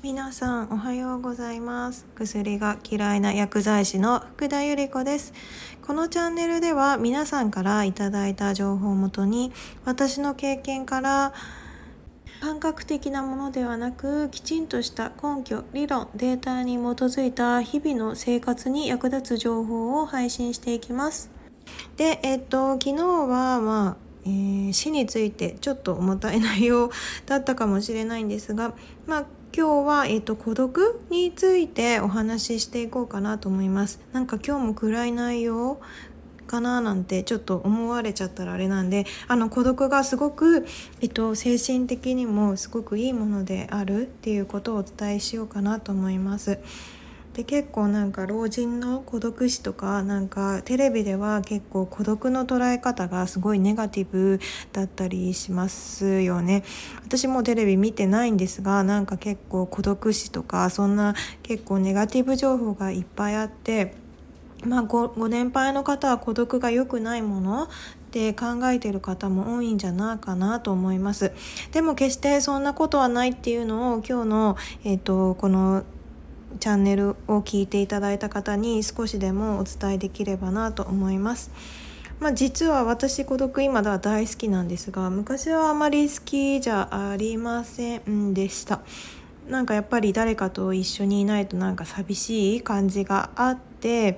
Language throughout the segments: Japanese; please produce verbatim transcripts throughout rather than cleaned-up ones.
皆さんおはようございます。薬が嫌いな薬剤師の福田由里子です。このチャンネルでは皆さんからいただいた情報をもとに、私の経験から感覚的なものではなく、きちんとした根拠、理論、データに基づいた日々の生活に役立つ情報を配信していきます。で、えっと昨日はまあえー、死についてちょっと重たい内容だったかもしれないんですが、まあ今日は、えーと、孤独についてお話ししていこうかなと思います。なんか今日も暗い内容かななんてちょっと思われちゃったらあれなんで、あの孤独がすごく、えっと、精神的にもすごくいいものであるっていうことをお伝えしようかなと思います。で結構なんか老人の孤独死とか、なんかテレビでは結構孤独の捉え方がすごいネガティブだったりしますよね。私もテレビ見てないんですが、なんか結構孤独死とかそんな結構ネガティブ情報がいっぱいあって、まあ ご, ご年配の方は孤独が良くないものって考えている方も多いんじゃないかなと思います。でも決してそんなことはないっていうのを今日の、えーと、このチャンネルを聞いていただいた方に少しでもお伝えできればなと思います。まあ、実は私孤独今では大好きなんですが、昔はあまり好きじゃありませんでした。なんかやっぱり誰かと一緒にいないとなんか寂しい感じがあって、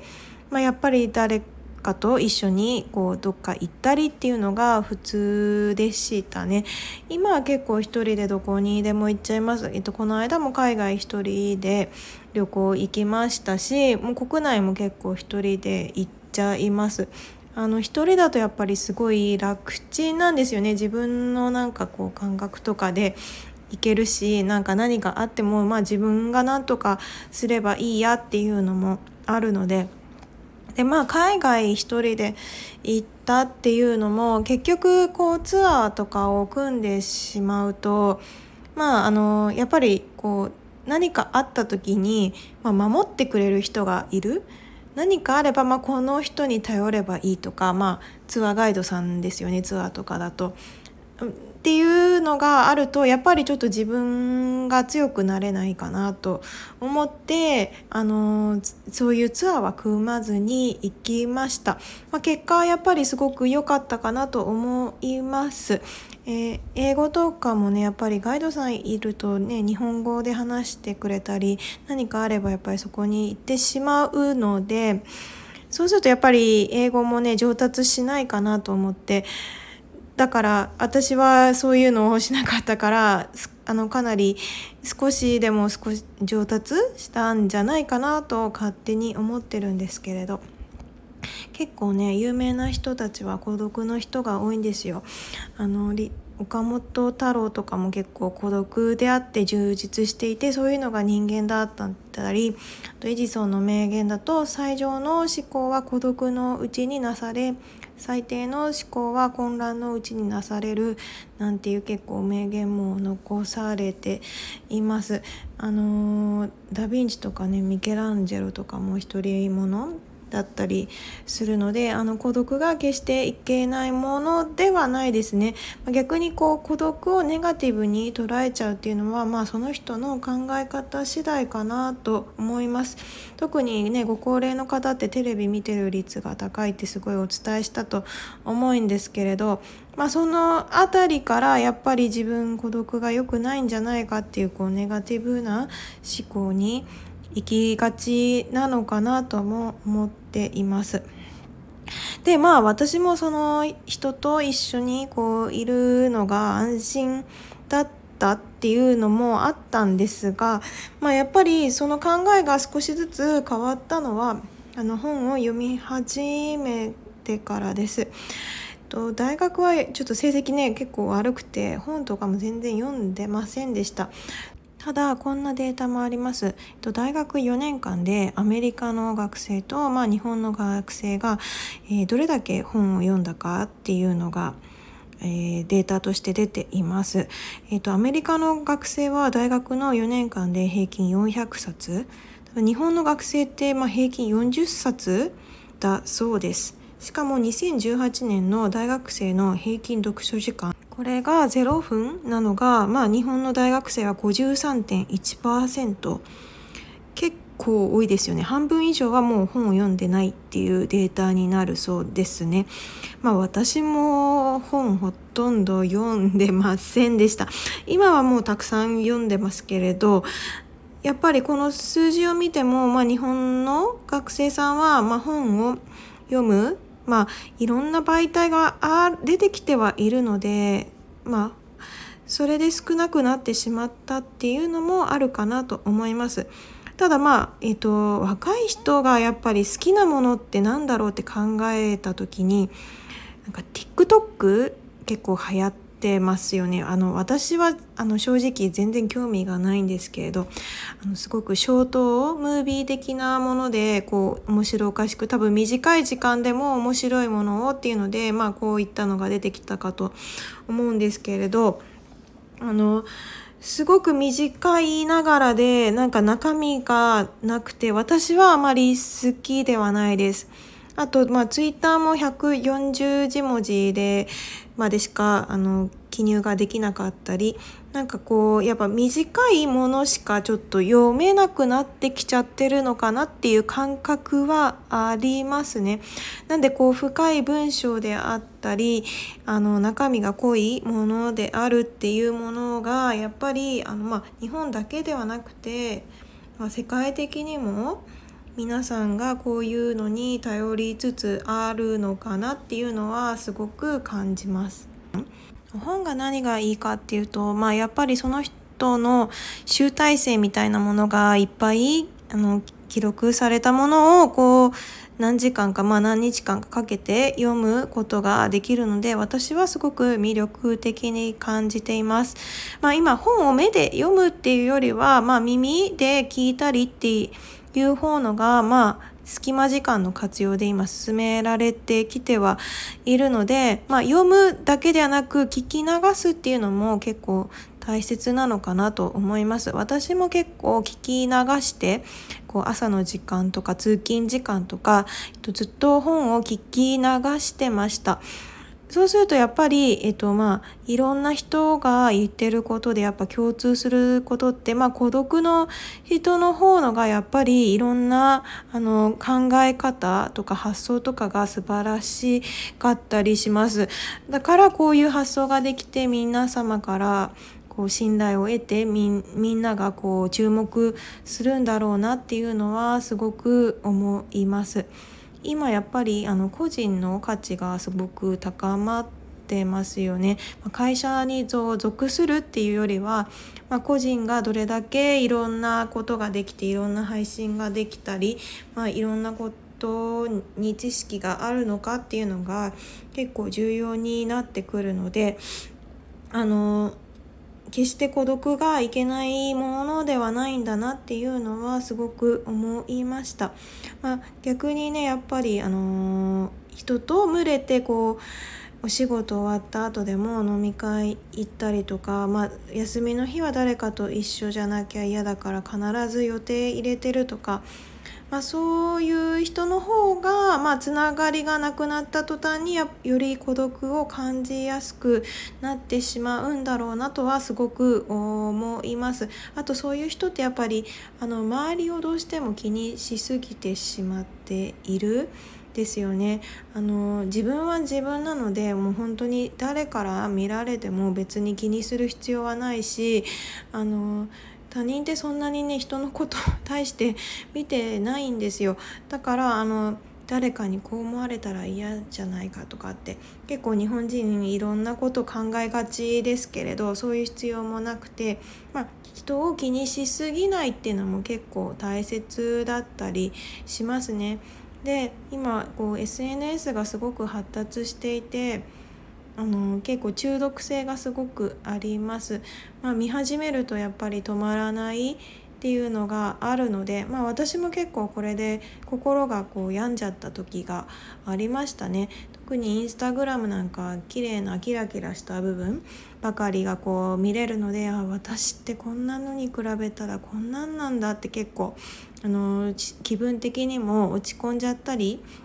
まあ、やっぱり誰かと一緒にこうどっか行ったりっていうのが普通でしたね。今は結構一人でどこにでも行っちゃいます。えっと、この間も海外一人で旅行行きましたし、もう国内も結構一人で行っちゃいます。あの一人だとやっぱりすごい楽ちんなんですよね。自分のなんかこう感覚とかでいけるし、なんか何かあってもまあ自分が何とかすればいいやっていうのもあるので、でまあ海外一人で行ったっていうのも結局こうツアーとかを組んでしまうと、まああのやっぱりこう何かあった時に、まあ、守ってくれる人がいる。何かあれば、まあ、この人に頼ればいいとか、まあ、ツアーガイドさんですよね。ツアーとかだとっていうのがあると、やっぱりちょっと自分が強くなれないかなと思って、あのそういうツアーは組まずに行きました。まあ、結果はやっぱりすごく良かったかなと思います。えー、英語とかもね、やっぱりガイドさんいるとね、日本語で話してくれたり、何かあればやっぱりそこに行ってしまうので、そうするとやっぱり英語もね上達しないかなと思って、だから私はそういうのをしなかったから、あのかなり少しでも少し上達したんじゃないかなと勝手に思ってるんですけれど、結構ね有名な人たちは孤独の人が多いんですよ。あの岡本太郎とかも結構孤独であって充実していて、そういうのが人間だったり、エジソンの名言だと、最上の思考は孤独のうちになされ、最低の思考は混乱のうちになされる、なんていう結構名言も残されています。あのダヴィンチとかね、ミケランジェロとかも独り者だったりするので、あの孤独が決していけないものではないですね。逆にこう孤独をネガティブに捉えちゃうっていうのは、まあその人の考え方次第かなと思います。特にねご高齢の方ってテレビ見てる率が高いってすごいお伝えしたと思うんですけれど、まあそのあたりからやっぱり自分孤独が良くないんじゃないかっていう、こうネガティブな思考に行きがちなのかなとも思っています。でまあ私もその人と一緒にこういるのが安心だったっていうのもあったんですが、まあ、やっぱりその考えが少しずつ変わったのは、あの本を読み始めてからです。と大学はちょっと成績ね結構悪くて、本とかも全然読んでませんでした。ただこんなデータもあります。大学よねんかんでアメリカの学生と、まあ、日本の学生が、えー、どれだけ本を読んだかっていうのが、えー、データとして出ています。えーと、アメリカの学生は大学のよねんかんで平均よんひゃくさつ、日本の学生ってまあ平均よんじゅっさつだそうです。 しかもにせんじゅうはちねんの大学生の平均読書時間、これがゼロふんなのが、まあ、日本の大学生は ごじゅうさんてんいちパーセント、 結構多いですよね。半分以上はもう本を読んでないっていうデータになるそうですね。まあ私も本ほとんど読んでませんでした。今はもうたくさん読んでますけれど、やっぱりこの数字を見ても、まあ、日本の学生さんは、まあ、本を読む、まあ、いろんな媒体があ出てきてはいるので、まあ、それで少なくなってしまったっていうのもあるかなと思います。ただまあ、えっと、若い人がやっぱり好きなものってなんだろうって考えた時に、なんか TikTok 結構流行ってますよね。あの私はあの正直全然興味がないんですけれど、あのすごくショートムービー的なものでこう面白おかしく、多分短い時間でも面白いものをっていうので、まあこういったのが出てきたかと思うんですけれど、あのすごく短いながらでなんか中身がなくて、私はあまり好きではないです。あと、まあ、ツイッターもひゃくよんじゅうじもじでまでしかあの記入ができなかったり、なんかこうやっぱ短いものしかちょっと読めなくなってきちゃってるのかなっていう感覚はありますね。なんでこう深い文章であったり、あの中身が濃いものであるっていうものがやっぱりあの、まあ、日本だけではなくて、まあ、世界的にも皆さんがこういうのに頼りつつあるのかなっていうのはすごく感じます。本が何がいいかっていうと、まあ、やっぱりその人の集大成みたいなものがいっぱいあの記録されたものをこう何時間か、まあ、何日間かかけて読むことができるので、私はすごく魅力的に感じています。まあ、今本を目で読むっていうよりは、まあ、耳で聞いたりっていう方のが、まあ隙間時間の活用で今進められてきてはいるので、まあ、読むだけではなく聞き流すっていうのも結構大切なのかなと思います。私も結構聞き流してこう朝の時間とか通勤時間とかずっと本を聞き流してました。そうするとやっぱり、えっとまあ、いろんな人が言ってることでやっぱ共通することって、まあ、孤独の人の方のがやっぱりいろんなあの考え方とか発想とかが素晴らしかったりします。だからこういう発想ができて皆様からこう信頼を得てみん、みんながこう注目するんだろうなっていうのはすごく思います。今やっぱりあの個人の価値がすごく高まってますよね。会社に属するっていうよりは、まあ、個人がどれだけいろんなことができていろんな配信ができたり、まあ、いろんなことに知識があるのかっていうのが結構重要になってくるので、あの決して孤独がいけないものではないんだなっていうのはすごく思いました。まあ、逆にねやっぱりあのー、人と群れてこうお仕事終わった後でも飲み会行ったりとか、まあ、休みの日は誰かと一緒じゃなきゃ嫌だから必ず予定入れてるとか、まあ、そういう人の方が、まあ、つながりがなくなった途端により孤独を感じやすくなってしまうんだろうなとはすごく思います。あとそういう人ってやっぱりあの周りをどうしても気にしすぎてしまっているですよね。あの自分は自分なのでもう本当に誰から見られても別に気にする必要はないし、あの他人ってそんなにね人のことを対して見てないんですよ。だからあの誰かにこう思われたら嫌じゃないかとかって結構日本人いろんなこと考えがちですけれど、そういう必要もなくて、まあ、人を気にしすぎないっていうのも結構大切だったりしますね。で今こう エスエヌエス がすごく発達していて、あの結構中毒性がすごくあります。まあ、見始めるとやっぱり止まらないっていうのがあるので、まあ、私も結構これで心がこう病んじゃった時がありましたね。特にインスタグラムなんか綺麗なキラキラした部分ばかりがこう見れるので、あ私ってこんなのに比べたらこんなんなんだって結構あの気分的にも落ち込んじゃったり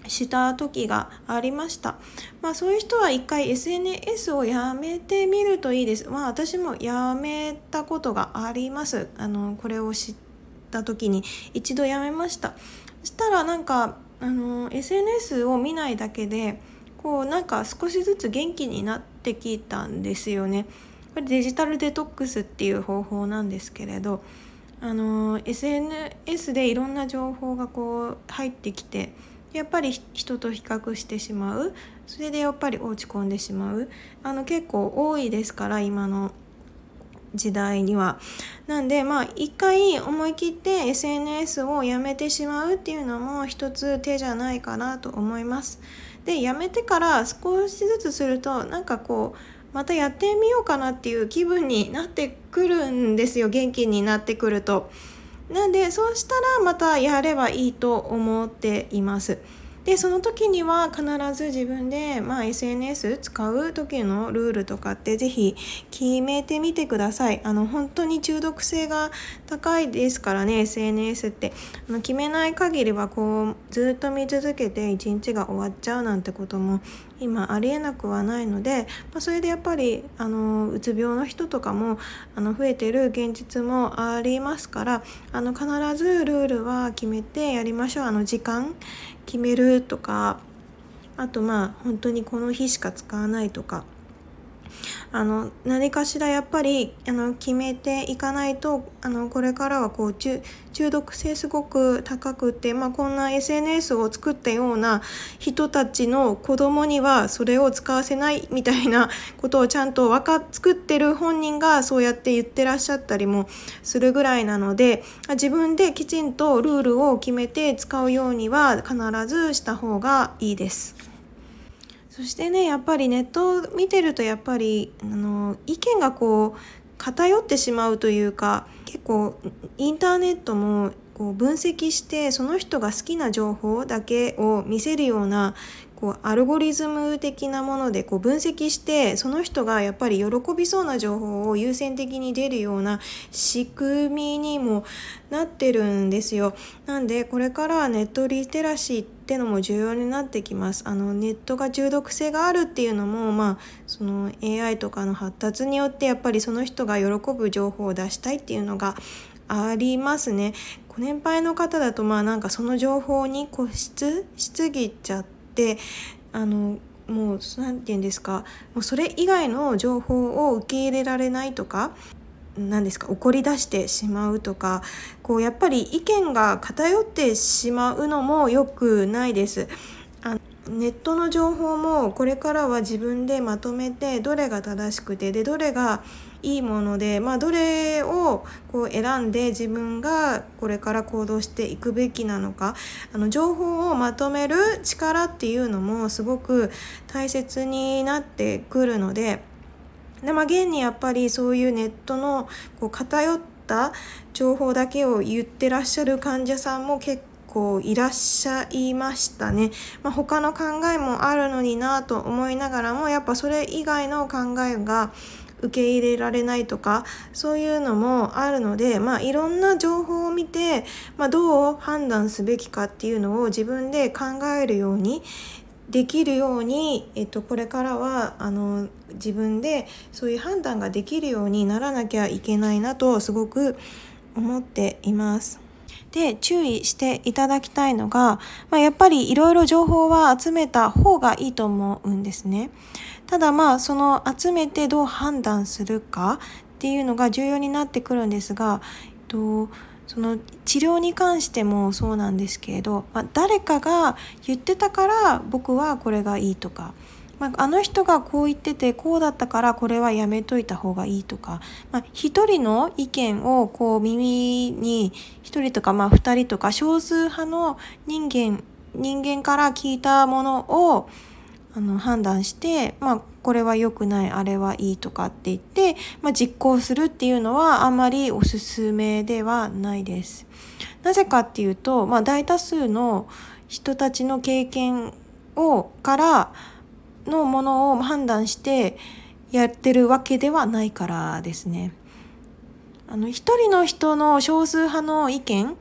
した時がありました。まあそういう人は一回 エスエヌエス をやめてみるといいです。まあ私もやめたことがあります。あのこれを知った時に一度やめました。そしたらなんかあの エスエヌエス を見ないだけでこうなんか少しずつ元気になってきたんですよね。これデジタルデトックスっていう方法なんですけれど、あの エスエヌエス でいろんな情報がこう入ってきて、やっぱり人と比較してしまう、それでやっぱり落ち込んでしまう、あの結構多いですから今の時代には。なんでまあ一回思い切って エスエヌエス をやめてしまうっていうのも一つ手じゃないかなと思います。でやめてから少しずつするとなんかこうまたやってみようかなっていう気分になってくるんですよ。元気になってくると。なんでそうしたらまたやればいいと思っています。でその時には必ず自分で、まあ、エスエヌエス 使う時のルールとかってぜひ決めてみてください。あの本当に中毒性が高いですからね、 エスエヌエス ってあの決めない限りはこうずっと見続けて一日が終わっちゃうなんてことも今ありえなくはないので、まあ、それでやっぱりあのうつ病の人とかもあの増えてる現実もありますから、あの必ずルールは決めてやりましょう。あの時間決めるとか、あとまあ本当にこの日しか使わないとか、あの何かしらやっぱりあの決めていかないと、あのこれからはこう 中, 中毒性すごく高くて、まあ、こんな エスエヌエス を作ったような人たちの子供にはそれを使わせないみたいなことをちゃんとわか作ってる本人がそうやって言ってらっしゃったりもするぐらいなので、自分できちんとルールを決めて使うようには必ずした方がいいです。そしてね、やっぱりネットを見てるとやっぱりあの意見がこう偏ってしまうというか、結構インターネットもこう分析してその人が好きな情報だけを見せるようなこうアルゴリズム的なものでこう分析して、その人がやっぱり喜びそうな情報を優先的に出るような仕組みにもなってるんですよ。なんでこれからはネットリテラシーってのも重要になってきます。あのネットが中毒性があるっていうのも、まあ、その エーアイ とかの発達によってやっぱりその人が喜ぶ情報を出したいっていうのがありますね。ご年配の方だとまあなんかその情報に固執しすぎちゃって、あのもうなんて言うんですか、もうそれ以外の情報を受け入れられないとか、何ですか、怒り出してしまうとか、こうやっぱり意見が偏ってしまうのも良くないです。あネットの情報もこれからは自分でまとめて、どれが正しくてでどれがいいもので、まあ、どれをこう選んで自分がこれから行動していくべきなのか、あの情報をまとめる力っていうのもすごく大切になってくるので、で、まあ、現にやっぱりそういうネットのこう偏った情報だけを言ってらっしゃる患者さんも結構いらっしゃいましたね。まあ、他の考えもあるのになと思いながらも、やっぱそれ以外の考えが受け入れられないとか、そういうのもあるので、まあ、いろんな情報を見て、まあ、どう判断すべきかっていうのを自分で考えるようにできるように、えっと、これからはあの自分でそういう判断ができるようにならなきゃいけないなとすごく思っています。で、注意していただきたいのが、まあ、やっぱりいろいろ情報は集めた方がいいと思うんですね。ただまあその集めてどう判断するかっていうのが重要になってくるんですが、えっとその治療に関してもそうなんですけれど、まあ、誰かが言ってたから僕はこれがいいとか、まあ、あの人がこう言っててこうだったからこれはやめといた方がいいとか、まあ、一人の意見をこう耳に一人とかまあ二人とか少数派の人間人間から聞いたものをあの判断して、まあ、これは良くないあれはいいとかって言って、まあ、実行するっていうのはあんまりおすすめではないです。なぜかっていうと、まあ、大多数の人たちの経験をからのものを判断してやってるわけではないからですね。あの一人の人の少数派の意見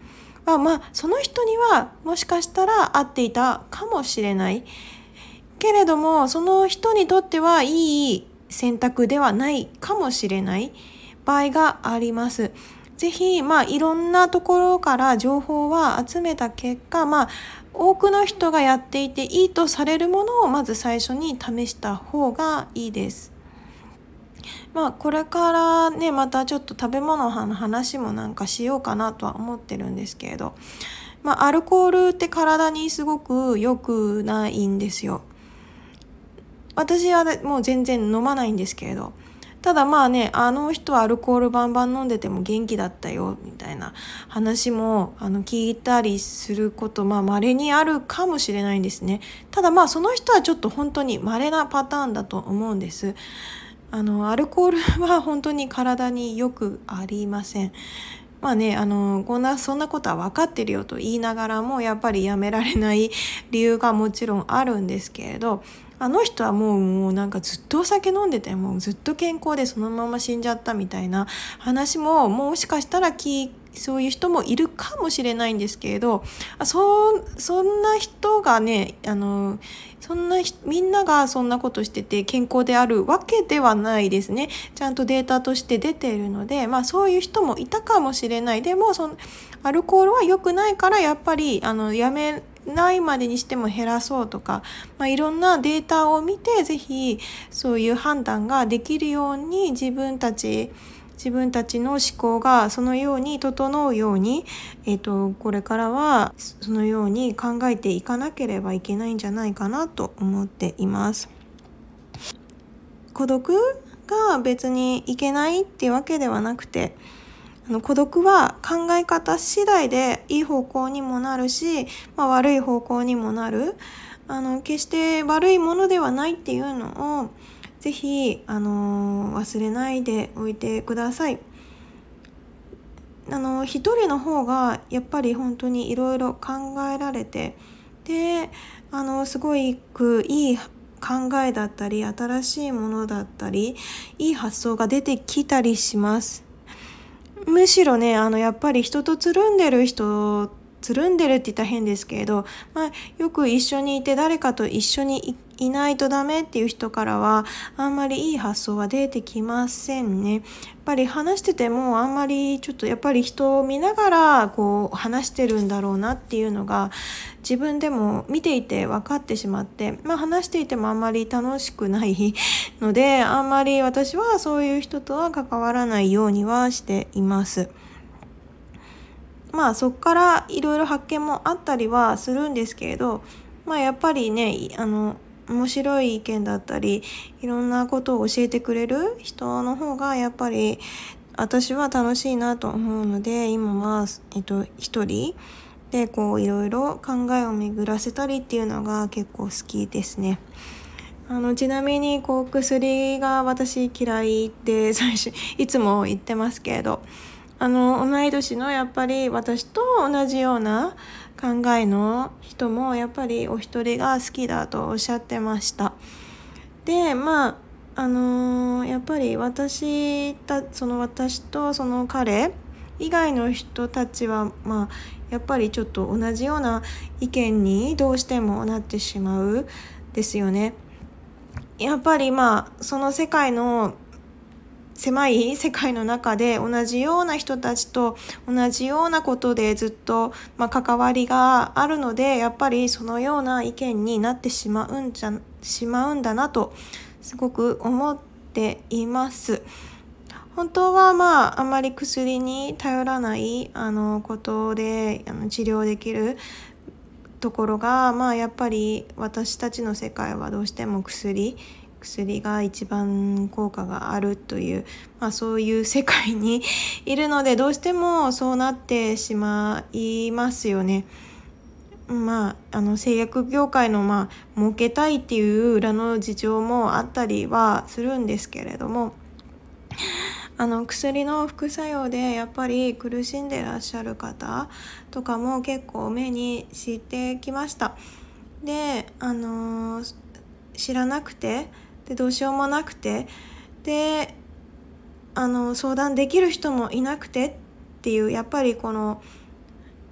は、まあその人にはもしかしたら合っていたかもしれないけれども、その人にとってはいい選択ではないかもしれない場合があります。ぜひ、まあ、いろんなところから情報は集めた結果、まあ、多くの人がやっていていいとされるものをまず最初に試した方がいいです。まあ、これからね、またちょっと食べ物の話もなんかしようかなとは思ってるんですけれど、まあ、アルコールって体にすごく良くないんですよ。私はもう全然飲まないんですけれど、ただまあね、あの人はアルコールバンバン飲んでても元気だったよみたいな話もあの聞いたりすることまあ稀にあるかもしれないんですね。ただまあその人はちょっと本当に稀なパターンだと思うんです。あのアルコールは本当に体によくありません。まあね、あのこんなそんなことは分かってるよと言いながらもやっぱりやめられない理由がもちろんあるんですけれど、あの人はもうもうなんかずっとお酒飲んでてもうずっと健康でそのまま死んじゃったみたいな話ももしかしたらきそういう人もいるかもしれないんですけれど、そそんな人がね、あのそんなみんながそんなことしてて健康であるわけではないですね。ちゃんとデータとして出ているので、まあそういう人もいたかもしれない。でもそのアルコールは良くないからやっぱりあのやめないまでにしても減らそうとか、まあ、いろんなデータを見てぜひそういう判断ができるように自分たち自分たちの思考がそのように整うように、えーと、これからはそのように考えていかなければいけないんじゃないかなと思っています。孤独が別にいけないっていうわけではなくて、あの孤独は考え方次第でいい方向にもなるし、まあ、悪い方向にもなる。あの決して悪いものではないっていうのをぜひ、あのー、忘れないでおいてください。あの一人の方がやっぱり本当にいろいろ考えられて、であのすごいくいい考えだったり新しいものだったりいい発想が出てきたりします。むしろね、あのやっぱり人とつるんでる人つるんでるって言ったら変ですけれど、まあ、よく一緒にいて誰かと一緒に い, いないとダメっていう人からはあんまりいい発想は出てきませんね。やっぱり話しててもあんまりちょっとやっぱり人を見ながらこう話してるんだろうなっていうのが自分でも見ていて分かってしまって、まあ、話していてもあんまり楽しくないので、あんまり私はそういう人とは関わらないようにはしています。まあそこからいろいろ発見もあったりはするんですけれど、まあやっぱりね、あの面白い意見だったりいろんなことを教えてくれる人の方がやっぱり私は楽しいなと思うので、今は、えっと、一人でこういろいろ考えを巡らせたりっていうのが結構好きですね。あのちなみにこう薬が私嫌いで最初いつも言ってますけれど、あの同い年のやっぱり私と同じような考えの人もやっぱりお一人が好きだとおっしゃってました。でまああのー、やっぱり私たその私とその彼以外の人たちはまあやっぱりちょっと同じような意見にどうしてもなってしまうですよね。やっぱりまあその世界の狭い世界の中で同じような人たちと同じようなことでずっと、まあ、関わりがあるので、やっぱりそのような意見になってしまうんじゃしまうんだなとすごく思っています。本当はまああまり薬に頼らないあのことであの治療できるところが、まあやっぱり私たちの世界はどうしても薬薬が一番効果があるという、まあ、そういう世界にいるのでどうしてもそうなってしまいますよね。まあ、あの製薬業界のまあ儲けたいっていう裏の事情もあったりはするんですけれども、あの薬の副作用でやっぱり苦しんでらっしゃる方とかも結構目にしてきました。で、あのー、知らなくてでどうしようもなくてであの相談できる人もいなくてっていう、やっぱりこの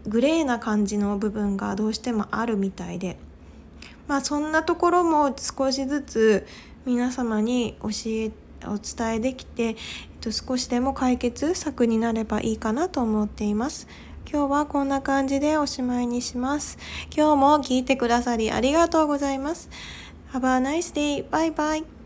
グレーな感じの部分がどうしてもあるみたいで、まあそんなところも少しずつ皆様に教えお伝えできて、えっと、少しでも解決策になればいいかなと思っています。今日はこんな感じでおしまいにします。今日も聞いてくださりありがとうございます。Have a nice day. Bye bye.